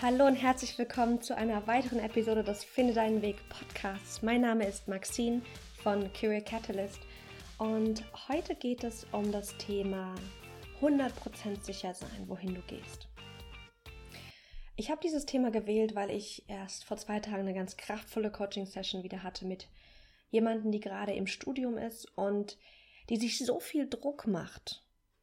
Hallo und herzlich willkommen zu einer weiteren Episode des Finde deinen Weg Podcasts. Mein Name ist Maxine von Career Catalyst und heute geht es um das Thema 100% sicher sein, wohin du gehst. Ich habe dieses Thema gewählt, weil ich erst vor 2 Tagen eine ganz kraftvolle Coaching-Session wieder hatte mit jemandem, die gerade im Studium ist und die sich so viel Druck macht,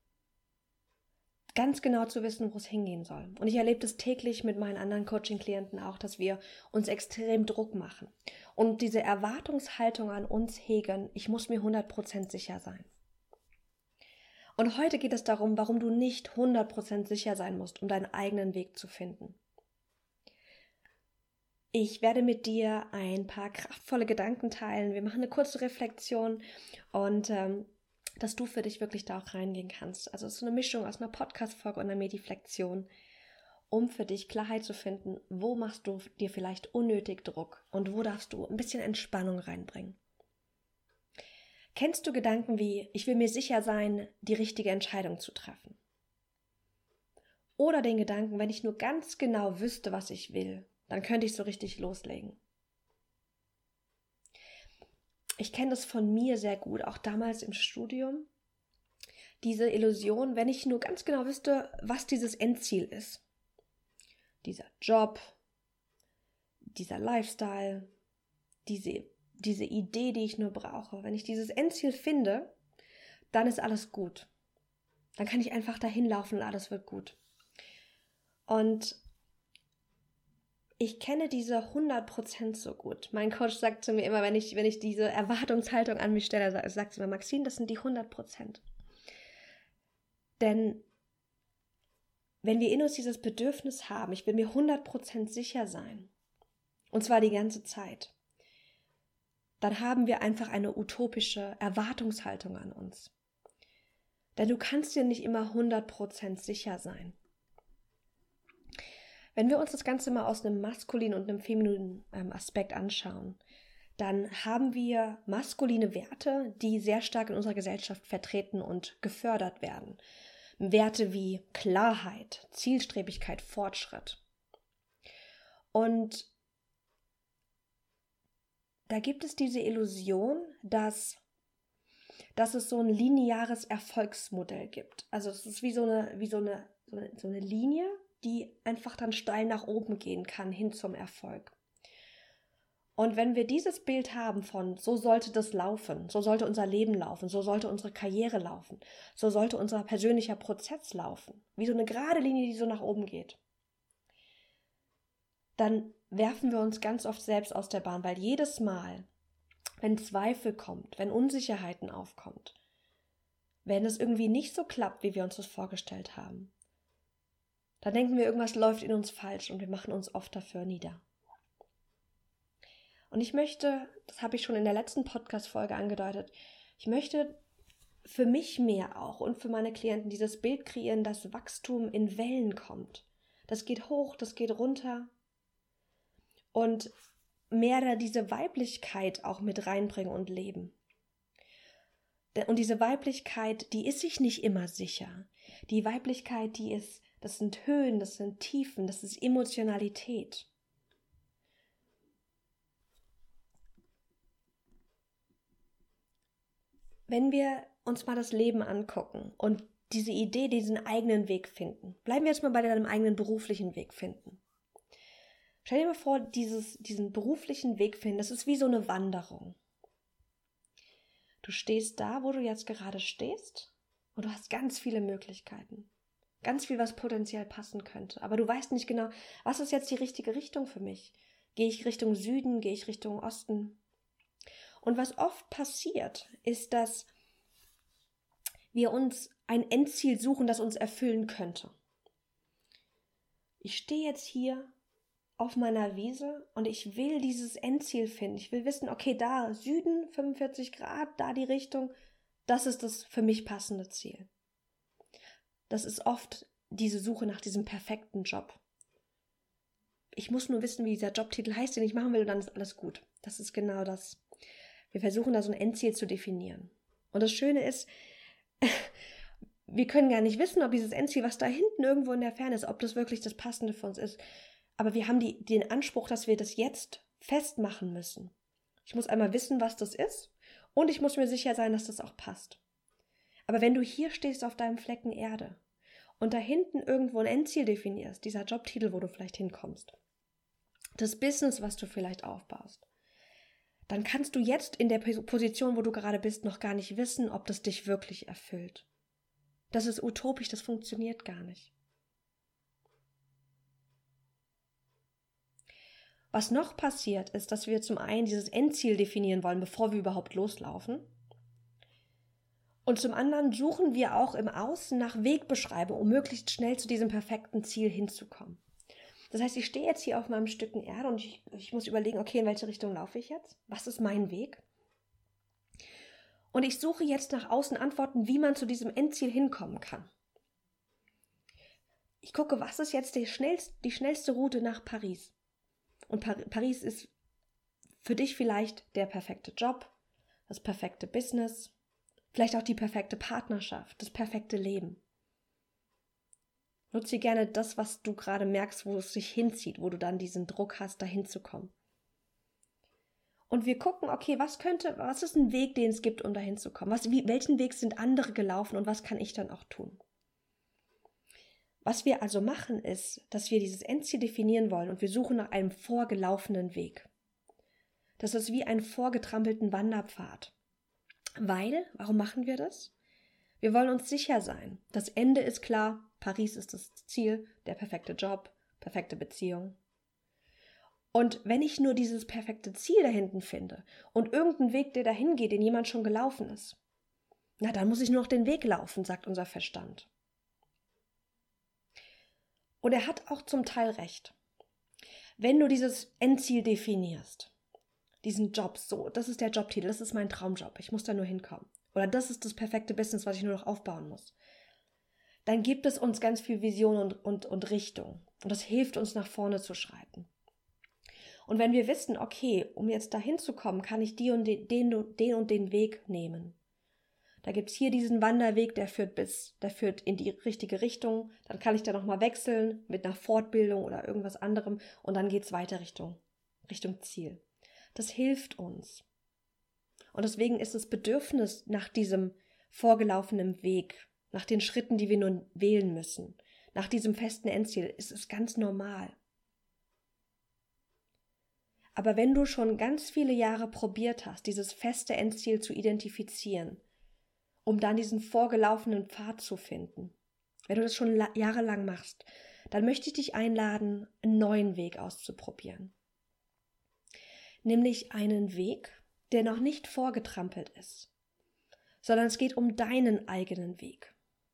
ganz genau zu wissen, wo es hingehen soll. Und ich erlebe das täglich mit meinen anderen Coaching-Klienten auch, dass wir uns extrem Druck machen und diese Erwartungshaltung an uns hegen, ich muss mir 100% sicher sein. Und heute geht es darum, warum du nicht 100% sicher sein musst, um deinen eigenen Weg zu finden. Ich werde mit dir ein paar kraftvolle Gedanken teilen. Wir machen eine kurze Reflexion und dass du für dich wirklich da auch reingehen kannst. Also es ist so eine Mischung aus einer Podcast-Folge und einer Mediflexion, um für dich Klarheit zu finden, wo machst du dir vielleicht unnötig Druck und wo darfst du ein bisschen Entspannung reinbringen. Kennst du Gedanken wie, ich will mir sicher sein, die richtige Entscheidung zu treffen? Oder den Gedanken, wenn ich nur ganz genau wüsste, was ich will, dann könnte ich so richtig loslegen. Ich kenne das von mir sehr gut, auch damals im Studium. Diese Illusion, wenn ich nur ganz genau wüsste, was dieses Endziel ist. Dieser Job, dieser Lifestyle, diese Idee, die ich nur brauche. Wenn ich dieses Endziel finde, dann ist alles gut. Dann kann ich einfach dahin laufen und alles wird gut. Und ich kenne diese 100% so gut. Mein Coach sagt zu mir immer, wenn ich diese Erwartungshaltung an mich stelle, sagt sie mir, Maxine, das sind die 100%. Denn wenn wir in uns dieses Bedürfnis haben, ich will mir 100% sicher sein, und zwar die ganze Zeit, dann haben wir einfach eine utopische Erwartungshaltung an uns. Denn du kannst dir nicht immer 100% sicher sein. Wenn wir uns das Ganze mal aus einem maskulinen und einem femininen Aspekt anschauen, dann haben wir maskuline Werte, die sehr stark in unserer Gesellschaft vertreten und gefördert werden. Werte wie Klarheit, Zielstrebigkeit, Fortschritt. Und da gibt es diese Illusion, dass es so ein lineares Erfolgsmodell gibt. Also es ist wie so eine Linie, die einfach dann steil nach oben gehen kann, hin zum Erfolg. Und wenn wir dieses Bild haben von, so sollte das laufen, so sollte unser Leben laufen, so sollte unsere Karriere laufen, so sollte unser persönlicher Prozess laufen, wie so eine gerade Linie, die so nach oben geht, dann werfen wir uns ganz oft selbst aus der Bahn, weil jedes Mal, wenn Zweifel kommt, wenn Unsicherheiten aufkommt, wenn es irgendwie nicht so klappt, wie wir uns das vorgestellt haben, dann denken wir, irgendwas läuft in uns falsch und wir machen uns oft dafür nieder. Und ich möchte, das habe ich schon in der letzten Podcast-Folge angedeutet, ich möchte für mich mehr auch und für meine Klienten dieses Bild kreieren, dass Wachstum in Wellen kommt. Das geht hoch, das geht runter und mehr da diese Weiblichkeit auch mit reinbringen und leben. Und diese Weiblichkeit, die ist sich nicht immer sicher. Die Weiblichkeit, das sind Höhen, das sind Tiefen, das ist Emotionalität. Wenn wir uns mal das Leben angucken und diese Idee, diesen eigenen Weg finden, bleiben wir jetzt mal bei deinem eigenen beruflichen Weg finden. Stell dir mal vor, diesen beruflichen Weg finden, das ist wie so eine Wanderung. Du stehst da, wo du jetzt gerade stehst und du hast ganz viele Möglichkeiten. Ganz viel, was potenziell passen könnte. Aber du weißt nicht genau, was ist jetzt die richtige Richtung für mich? Gehe ich Richtung Süden? Gehe ich Richtung Osten? Und was oft passiert, ist, dass wir uns ein Endziel suchen, das uns erfüllen könnte. Ich stehe jetzt hier auf meiner Wiese und ich will dieses Endziel finden. Ich will wissen, okay, da Süden, 45 Grad, da die Richtung, das ist das für mich passende Ziel. Das ist oft diese Suche nach diesem perfekten Job. Ich muss nur wissen, wie dieser Jobtitel heißt, den ich machen will, und dann ist alles gut. Das ist genau das. Wir versuchen da so ein Endziel zu definieren. Und das Schöne ist, wir können gar nicht wissen, ob dieses Endziel, was da hinten irgendwo in der Ferne ist, ob das wirklich das Passende für uns ist. Aber wir haben den Anspruch, dass wir das jetzt festmachen müssen. Ich muss einmal wissen, was das ist und ich muss mir sicher sein, dass das auch passt. Aber wenn du hier stehst auf deinem Flecken Erde und da hinten irgendwo ein Endziel definierst, dieser Jobtitel, wo du vielleicht hinkommst, das Business, was du vielleicht aufbaust, dann kannst du jetzt in der Position, wo du gerade bist, noch gar nicht wissen, ob das dich wirklich erfüllt. Das ist utopisch, das funktioniert gar nicht. Was noch passiert, ist, dass wir zum einen dieses Endziel definieren wollen, bevor wir überhaupt loslaufen. Und zum anderen suchen wir auch im Außen nach Wegbeschreibung, um möglichst schnell zu diesem perfekten Ziel hinzukommen. Das heißt, ich stehe jetzt hier auf meinem Stücken Erde und ich muss überlegen, okay, in welche Richtung laufe ich jetzt? Was ist mein Weg? Und ich suche jetzt nach außen Antworten, wie man zu diesem Endziel hinkommen kann. Ich gucke, was ist jetzt die schnellste Route nach Paris? Und Paris ist für dich vielleicht der perfekte Job, das perfekte Business, vielleicht auch die perfekte Partnerschaft, das perfekte Leben. Nutze gerne das, was du gerade merkst, wo es sich hinzieht, wo du dann diesen Druck hast, dahin zu kommen. Und wir gucken, okay, was ist ein Weg, den es gibt, um dahin zu kommen? Welchen Weg sind andere gelaufen und was kann ich dann auch tun? Was wir also machen, ist, dass wir dieses Endziel definieren wollen und wir suchen nach einem vorgelaufenen Weg. Das ist wie einen vorgetrampelten Wanderpfad. Warum machen wir das? Wir wollen uns sicher sein. Das Ende ist klar, Paris ist das Ziel, der perfekte Job, perfekte Beziehung. Und wenn ich nur dieses perfekte Ziel da hinten finde und irgendeinen Weg, der dahin geht, den jemand schon gelaufen ist, na, dann muss ich nur noch den Weg laufen, sagt unser Verstand. Und er hat auch zum Teil recht. Wenn du dieses Endziel definierst, diesen Job, so, das ist der Jobtitel, das ist mein Traumjob, ich muss da nur hinkommen. Oder das ist das perfekte Business, was ich nur noch aufbauen muss. Dann gibt es uns ganz viel Vision und Richtung. Und das hilft uns, nach vorne zu schreiten. Und wenn wir wissen, okay, um jetzt dahin zu kommen, kann ich den und den Weg nehmen. Da gibt es hier diesen Wanderweg, der führt in die richtige Richtung. Dann kann ich da nochmal wechseln mit einer Fortbildung oder irgendwas anderem und dann geht es weiter Richtung Ziel. Das hilft uns. Und deswegen ist das Bedürfnis nach diesem vorgelaufenen Weg, nach den Schritten, die wir nun wählen müssen, nach diesem festen Endziel, ist es ganz normal. Aber wenn du schon ganz viele Jahre probiert hast, dieses feste Endziel zu identifizieren, um dann diesen vorgelaufenen Pfad zu finden, wenn du das schon jahrelang machst, dann möchte ich dich einladen, einen neuen Weg auszuprobieren. Nämlich einen Weg, der noch nicht vorgetrampelt ist, sondern es geht um deinen eigenen Weg.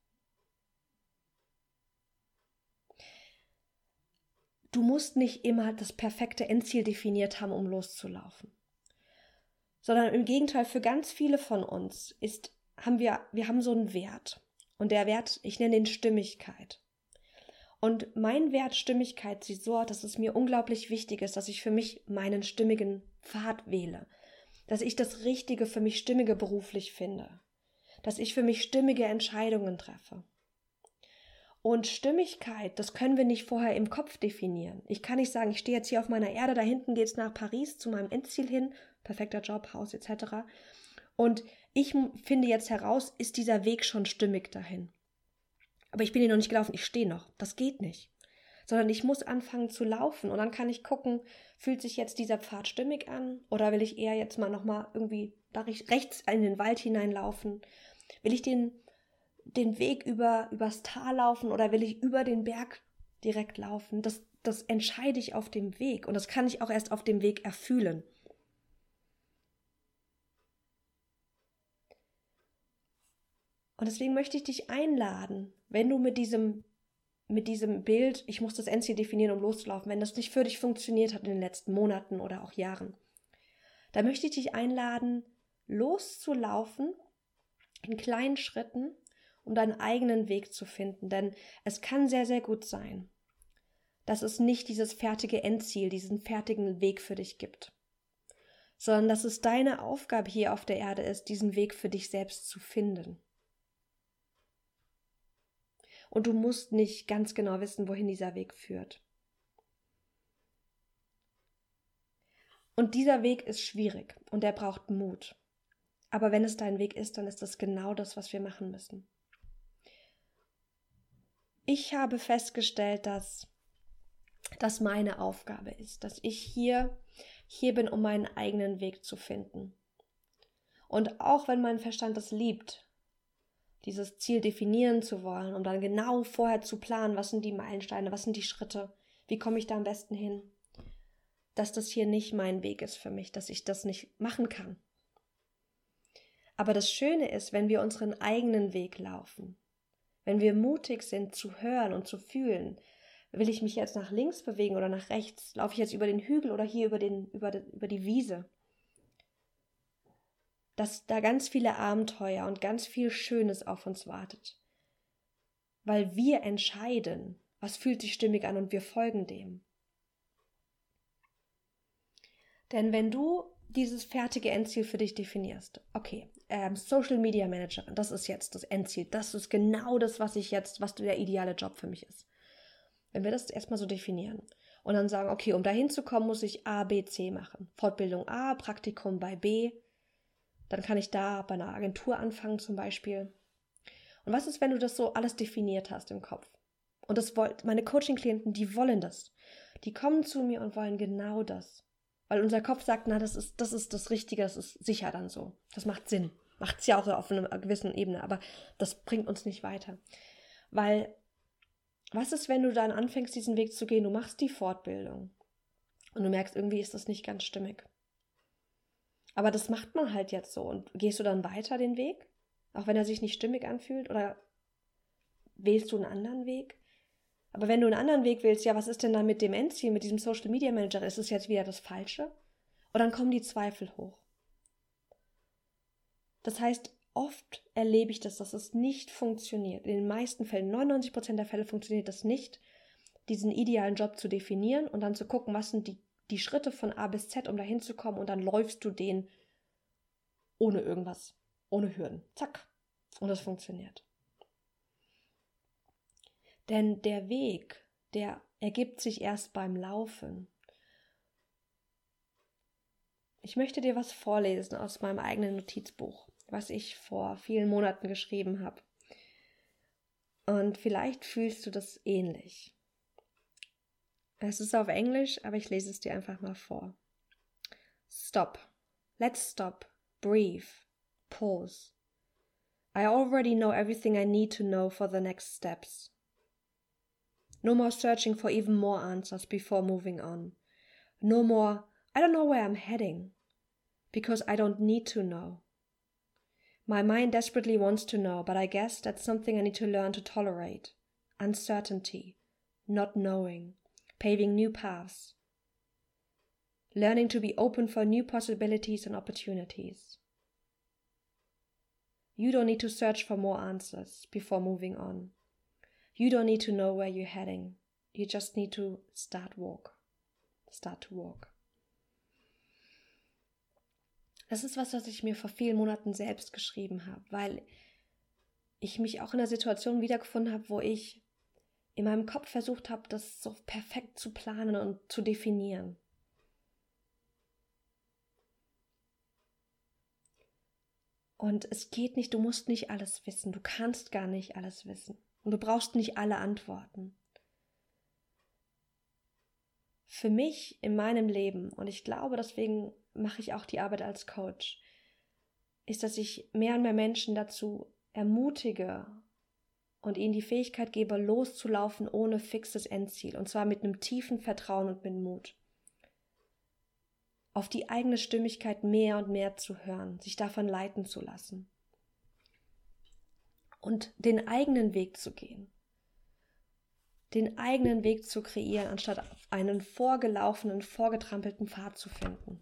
Du musst nicht immer das perfekte Endziel definiert haben, um loszulaufen. Sondern im Gegenteil, für ganz viele von uns wir haben so einen Wert. Und der Wert, ich nenne ihn Stimmigkeit. Und mein Wert Stimmigkeit sieht so aus, dass es mir unglaublich wichtig ist, dass ich für mich meinen stimmigen Pfad wähle. Dass ich das Richtige für mich Stimmige beruflich finde. Dass ich für mich stimmige Entscheidungen treffe. Und Stimmigkeit, das können wir nicht vorher im Kopf definieren. Ich kann nicht sagen, ich stehe jetzt hier auf meiner Erde, da hinten geht es nach Paris zu meinem Endziel hin, perfekter Job, Haus etc. Und ich finde jetzt heraus, ist dieser Weg schon stimmig dahin. Aber ich bin hier noch nicht gelaufen, ich stehe noch. Das geht nicht. Sondern ich muss anfangen zu laufen und dann kann ich gucken, fühlt sich jetzt dieser Pfad stimmig an oder will ich eher jetzt mal nochmal irgendwie rechts in den Wald hineinlaufen? Will ich den Weg übers Tal laufen oder will ich über den Berg direkt laufen? Das entscheide ich auf dem Weg und das kann ich auch erst auf dem Weg erfühlen. Und deswegen möchte ich dich einladen, wenn du mit diesem Bild, ich muss das Endziel definieren, um loszulaufen, wenn das nicht für dich funktioniert hat in den letzten Monaten oder auch Jahren, dann möchte ich dich einladen, loszulaufen in kleinen Schritten, um deinen eigenen Weg zu finden. Denn es kann sehr, sehr gut sein, dass es nicht dieses fertige Endziel, diesen fertigen Weg für dich gibt, sondern dass es deine Aufgabe hier auf der Erde ist, diesen Weg für dich selbst zu finden. Und du musst nicht ganz genau wissen, wohin dieser Weg führt. Und dieser Weg ist schwierig und der braucht Mut. Aber wenn es dein Weg ist, dann ist das genau das, was wir machen müssen. Ich habe festgestellt, dass das meine Aufgabe ist, dass ich hier bin, um meinen eigenen Weg zu finden. Und auch wenn mein Verstand es liebt, dieses Ziel definieren zu wollen, um dann genau vorher zu planen, was sind die Meilensteine, was sind die Schritte, wie komme ich da am besten hin, dass das hier nicht mein Weg ist für mich, dass ich das nicht machen kann. Aber das Schöne ist, wenn wir unseren eigenen Weg laufen, wenn wir mutig sind zu hören und zu fühlen, will ich mich jetzt nach links bewegen oder nach rechts, laufe ich jetzt über den Hügel oder hier über die Wiese, dass da ganz viele Abenteuer und ganz viel Schönes auf uns wartet, weil wir entscheiden, was fühlt sich stimmig an und wir folgen dem. Denn wenn du dieses fertige Endziel für dich definierst, okay, Social Media Managerin, das ist jetzt das Endziel, das ist genau das, was der ideale Job für mich ist. Wenn wir das erstmal so definieren und dann sagen, okay, um dahin zu kommen, muss ich A, B, C machen. Fortbildung A, Praktikum bei B, dann kann ich da bei einer Agentur anfangen zum Beispiel. Und was ist, wenn du das so alles definiert hast im Kopf? Und meine Coaching-Klienten, die wollen das. Die kommen zu mir und wollen genau das. Weil unser Kopf sagt, na, das ist das Richtige, das ist sicher dann so. Das macht Sinn. Macht es ja auch auf einer gewissen Ebene, aber das bringt uns nicht weiter. Weil, was ist, wenn du dann anfängst, diesen Weg zu gehen, du machst die Fortbildung und du merkst, irgendwie ist das nicht ganz stimmig. Aber das macht man halt jetzt so. Und gehst du dann weiter den Weg? Auch wenn er sich nicht stimmig anfühlt? Oder wählst du einen anderen Weg? Aber wenn du einen anderen Weg wählst, ja, was ist denn dann mit dem Endziel, mit diesem Social Media Manager? Ist es jetzt wieder das Falsche? Und dann kommen die Zweifel hoch. Das heißt, oft erlebe ich das, dass es nicht funktioniert. In den meisten Fällen, 99% der Fälle funktioniert das nicht, diesen idealen Job zu definieren und dann zu gucken, was sind die Schritte von A bis Z, um dahin zu kommen, und dann läufst du den ohne irgendwas, ohne Hürden. Zack. Und das funktioniert. Denn der Weg, der ergibt sich erst beim Laufen. Ich möchte dir was vorlesen aus meinem eigenen Notizbuch, was ich vor vielen Monaten geschrieben habe. Und vielleicht fühlst du das ähnlich. Es ist auf Englisch, aber ich lese es dir einfach mal vor. Stop. Let's stop. Breathe. Pause. I already know everything I need to know for the next steps. No more searching for even more answers before moving on. No more, I don't know where I'm heading, because I don't need to know. My mind desperately wants to know, but I guess that's something I need to learn to tolerate. Uncertainty, not knowing, paving new paths, learning to be open for new possibilities and opportunities. You don't need to search for more answers before moving on. You don't need to know where you're heading. You just need to start to walk. Das ist was ich mir vor vielen Monaten selbst geschrieben habe, weil ich mich auch in einer Situation wiedergefunden habe, wo ich in meinem Kopf versucht habe, das so perfekt zu planen und zu definieren. Und es geht nicht, du musst nicht alles wissen, du kannst gar nicht alles wissen. Und du brauchst nicht alle Antworten. Für mich in meinem Leben, und ich glaube, deswegen mache ich auch die Arbeit als Coach, ist, dass ich mehr und mehr Menschen dazu ermutige und ihnen die Fähigkeit gebe, loszulaufen ohne fixes Endziel. Und zwar mit einem tiefen Vertrauen und mit Mut. Auf die eigene Stimmigkeit mehr und mehr zu hören, sich davon leiten zu lassen. Und den eigenen Weg zu gehen. Den eigenen Weg zu kreieren, anstatt einen vorgelaufenen, vorgetrampelten Pfad zu finden.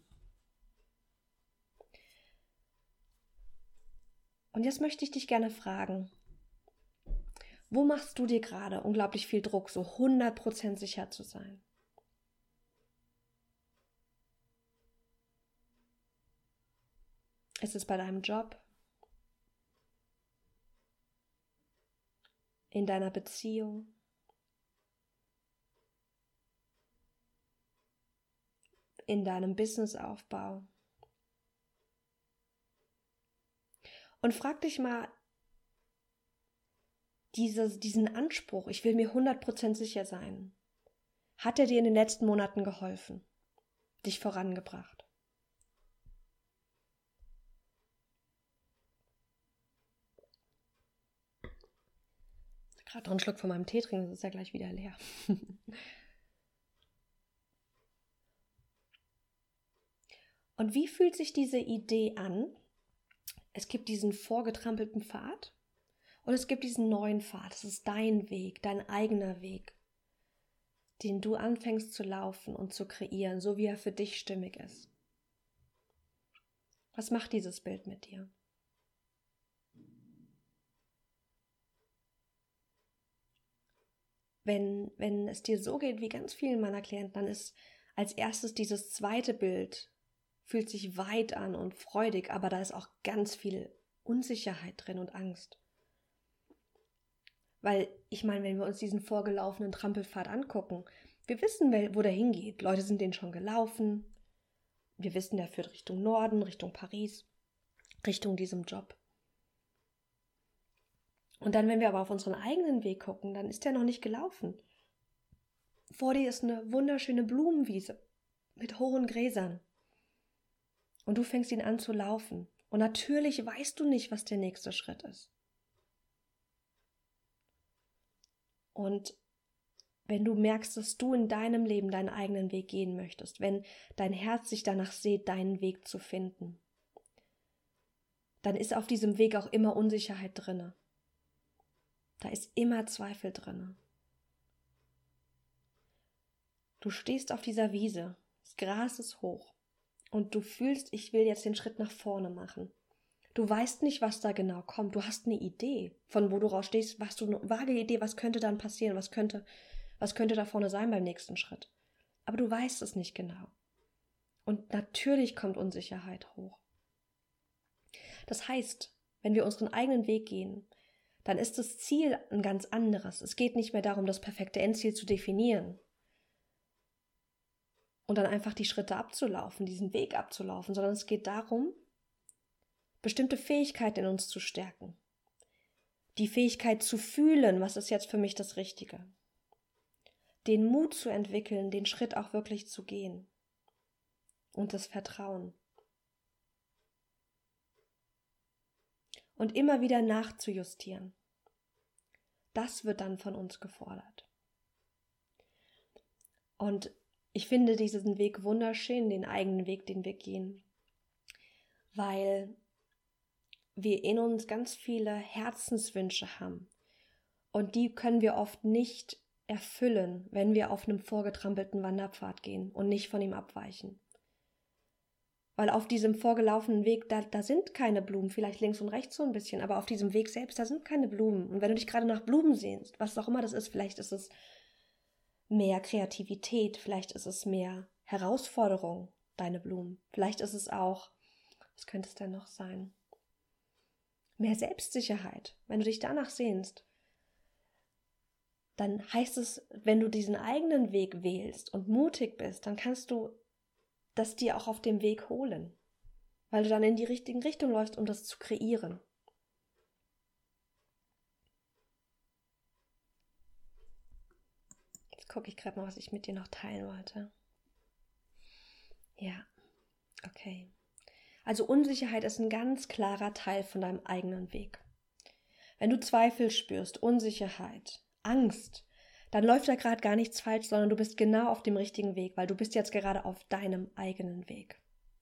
Und jetzt möchte ich dich gerne fragen, wo machst du dir gerade unglaublich viel Druck, so 100% sicher zu sein? Ist es bei deinem Job? In deiner Beziehung? in deinem Businessaufbau. Und frag dich mal, diesen Anspruch, ich will mir 100% sicher sein, hat er dir in den letzten Monaten geholfen, dich vorangebracht? Gerade noch einen Schluck von meinem Tee trinken, das ist ja gleich wieder leer. Und wie fühlt sich diese Idee an? Es gibt diesen vorgetrampelten Pfad und es gibt diesen neuen Pfad. Das ist dein Weg, dein eigener Weg, den du anfängst zu laufen und zu kreieren, so wie er für dich stimmig ist. Was macht dieses Bild mit dir? Wenn es dir so geht wie ganz vielen meiner Klienten, dann ist als erstes dieses zweite Bild, fühlt sich weit an und freudig, aber da ist auch ganz viel Unsicherheit drin und Angst. Weil, ich meine, wenn wir uns diesen vorgelaufenen Trampelpfad angucken, wir wissen, wo der hingeht. Leute sind den schon gelaufen. Wir wissen, der führt Richtung Norden, Richtung Paris, Richtung diesem Job. Und dann, wenn wir aber auf unseren eigenen Weg gucken, dann ist der noch nicht gelaufen. Vor dir ist eine wunderschöne Blumenwiese mit hohen Gräsern. Und du fängst ihn an zu laufen. Und natürlich weißt du nicht, was der nächste Schritt ist. Und wenn du merkst, dass du in deinem Leben deinen eigenen Weg gehen möchtest, wenn dein Herz sich danach sehnt, deinen Weg zu finden, dann ist auf diesem Weg auch immer Unsicherheit drinne. Da ist immer Zweifel drinne. Du stehst auf dieser Wiese, das Gras ist hoch und du fühlst, ich will jetzt den Schritt nach vorne machen. Du weißt nicht, was da genau kommt. Du hast eine Idee, von wo du raus stehst, hast du eine vage Idee, was könnte dann passieren, was könnte da vorne sein beim nächsten Schritt. Aber du weißt es nicht genau. Und natürlich kommt Unsicherheit hoch. Das heißt, wenn wir unseren eigenen Weg gehen, dann ist das Ziel ein ganz anderes. Es geht nicht mehr darum, das perfekte Endziel zu definieren und dann einfach die Schritte abzulaufen, diesen Weg abzulaufen, sondern es geht darum, bestimmte Fähigkeiten in uns zu stärken. Die Fähigkeit zu fühlen, was ist jetzt für mich das Richtige. Den Mut zu entwickeln, den Schritt auch wirklich zu gehen. Und das Vertrauen. Und immer wieder nachzujustieren. Das wird dann von uns gefordert. Und ich finde diesen Weg wunderschön, den eigenen Weg, den wir gehen, weil wir in uns ganz viele Herzenswünsche haben und die können wir oft nicht erfüllen, wenn wir auf einem vorgetrampelten Wanderpfad gehen und nicht von ihm abweichen. Weil auf diesem vorgelaufenen Weg, da sind keine Blumen, vielleicht links und rechts so ein bisschen, aber auf diesem Weg selbst, da sind keine Blumen. Und wenn du dich gerade nach Blumen sehnst, was auch immer das ist, vielleicht ist es mehr Kreativität, vielleicht ist es mehr Herausforderung, deine Blumen. Vielleicht ist es auch, was könnte es denn noch sein? Mehr Selbstsicherheit. Wenn du dich danach sehnst, dann heißt es, wenn du diesen eigenen Weg wählst und mutig bist, dann kannst du das dir auch auf dem Weg holen, weil du dann in die richtige Richtung läufst, um das zu kreieren. Jetzt gucke ich gerade mal, was ich mit dir noch teilen wollte. Ja, okay. Also Unsicherheit ist ein ganz klarer Teil von deinem eigenen Weg. Wenn du Zweifel spürst, Unsicherheit, Angst, dann läuft da gerade gar nichts falsch, sondern du bist genau auf dem richtigen Weg, weil du bist jetzt gerade auf deinem eigenen Weg.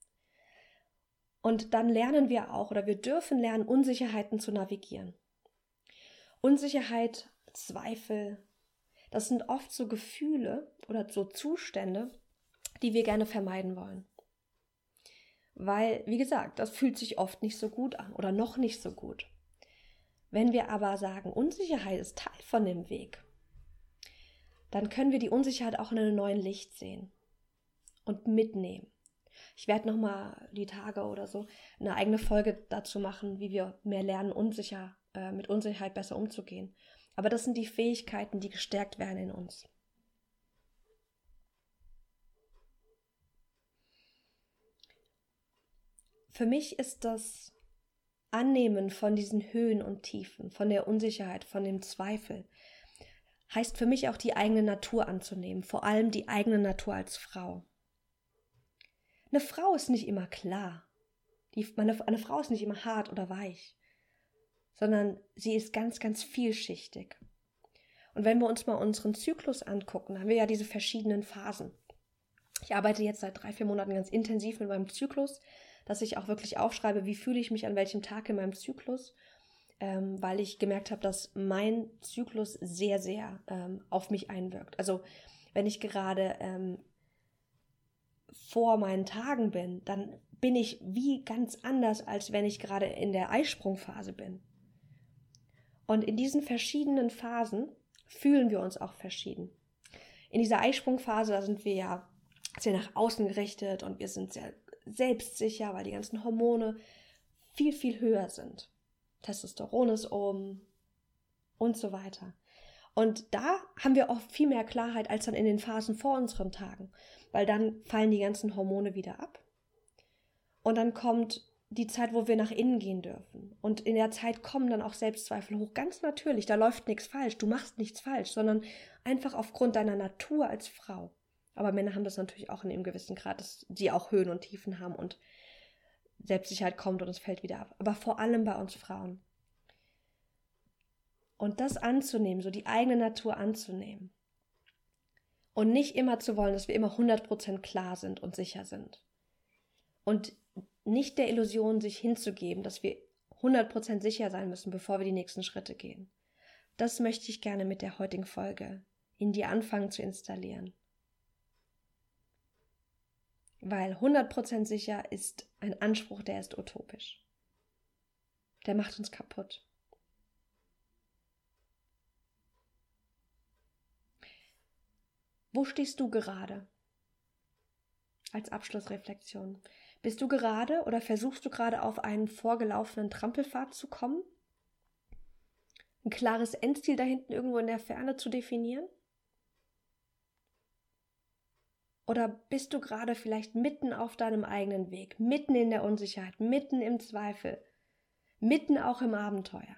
Und dann lernen wir auch, oder wir dürfen lernen, Unsicherheiten zu navigieren. Unsicherheit, Zweifel, das sind oft so Gefühle oder so Zustände, die wir gerne vermeiden wollen. Weil, wie gesagt, das fühlt sich oft nicht so gut an oder noch nicht so gut. Wenn wir aber sagen, Unsicherheit ist Teil von dem Weg, dann können wir die Unsicherheit auch in einem neuen Licht sehen und mitnehmen. Ich werde nochmal die Tage oder so eine eigene Folge dazu machen, wie wir mehr lernen, mit Unsicherheit besser umzugehen. Aber das sind die Fähigkeiten, die gestärkt werden in uns. für mich ist das Annehmen von diesen Höhen und Tiefen, von der Unsicherheit, von dem Zweifel, heißt für mich auch die eigene Natur anzunehmen, vor allem die eigene Natur als Frau. Eine Frau ist nicht immer klar. Eine Frau ist nicht immer hart oder weich, sondern sie ist ganz, ganz vielschichtig. Und wenn wir uns mal unseren Zyklus angucken, haben wir ja diese verschiedenen Phasen. Ich arbeite jetzt seit 3-4 Monaten ganz intensiv mit meinem Zyklus, dass ich auch wirklich aufschreibe, wie fühle ich mich an welchem Tag in meinem Zyklus, weil ich gemerkt habe, dass mein Zyklus sehr, sehr auf mich einwirkt. Also wenn ich gerade vor meinen Tagen bin, dann bin ich wie ganz anders, als wenn ich gerade in der Eisprungphase bin. Und in diesen verschiedenen Phasen fühlen wir uns auch verschieden. In dieser Eisprungphase, da sind wir ja sehr nach außen gerichtet und wir sind sehr selbstsicher, weil die ganzen Hormone viel, viel höher sind. Testosteron ist oben und so weiter. Und da haben wir oft viel mehr Klarheit als dann in den Phasen vor unseren Tagen, weil dann fallen die ganzen Hormone wieder ab. Und dann kommt die Zeit, wo wir nach innen gehen dürfen. Und in der Zeit kommen dann auch Selbstzweifel hoch. Ganz natürlich, da läuft nichts falsch, du machst nichts falsch, sondern einfach aufgrund deiner Natur als Frau. Aber Männer haben das natürlich auch in einem gewissen Grad, dass sie auch Höhen und Tiefen haben und Selbstsicherheit kommt und es fällt wieder ab. Aber vor allem bei uns Frauen. Und das anzunehmen, so die eigene Natur anzunehmen. Und nicht immer zu wollen, dass wir immer 100% klar sind und sicher sind. Und nicht der Illusion sich hinzugeben, dass wir 100% sicher sein müssen, bevor wir die nächsten Schritte gehen. Das möchte ich gerne mit der heutigen Folge in dir anfangen zu installieren. Weil 100% sicher ist ein Anspruch, der ist utopisch. Der macht uns kaputt. Wo stehst du gerade? Als Abschlussreflexion. Bist du gerade oder versuchst du gerade auf einen vorgelaufenen Trampelpfad zu kommen? Ein klares Endziel da hinten irgendwo in der Ferne zu definieren? Oder bist du gerade vielleicht mitten auf deinem eigenen Weg, mitten in der Unsicherheit, mitten im Zweifel, mitten auch im Abenteuer?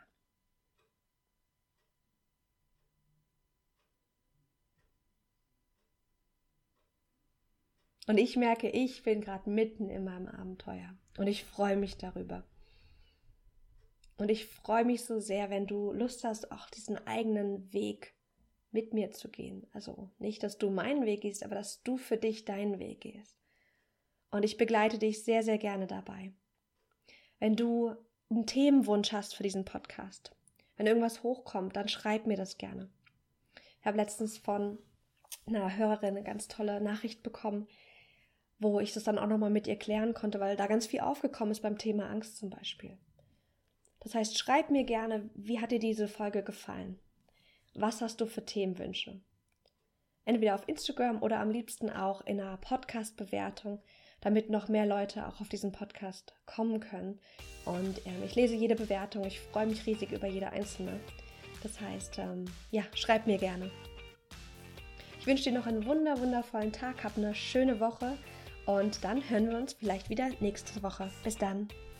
Und ich merke, ich bin gerade mitten in meinem Abenteuer und ich freue mich darüber. Und ich freue mich so sehr, wenn du Lust hast, auch diesen eigenen Weg mit mir zu gehen. Also nicht, dass du meinen Weg gehst, aber dass du für dich deinen Weg gehst. Und ich begleite dich sehr, sehr gerne dabei. Wenn du einen Themenwunsch hast für diesen Podcast, wenn irgendwas hochkommt, dann schreib mir das gerne. Ich habe letztens von einer Hörerin eine ganz tolle Nachricht bekommen, wo ich das dann auch nochmal mit ihr klären konnte, weil da ganz viel aufgekommen ist beim Thema Angst zum Beispiel. Das heißt, schreib mir gerne, wie hat dir diese Folge gefallen? Was hast du für Themenwünsche? Entweder auf Instagram oder am liebsten auch in einer Podcast-Bewertung, damit noch mehr Leute auch auf diesen Podcast kommen können. Und ich lese jede Bewertung, ich freue mich riesig über jede einzelne. Das heißt, schreib mir gerne. Ich wünsche dir noch einen wundervollen Tag, hab eine schöne Woche und dann hören wir uns vielleicht wieder nächste Woche. Bis dann.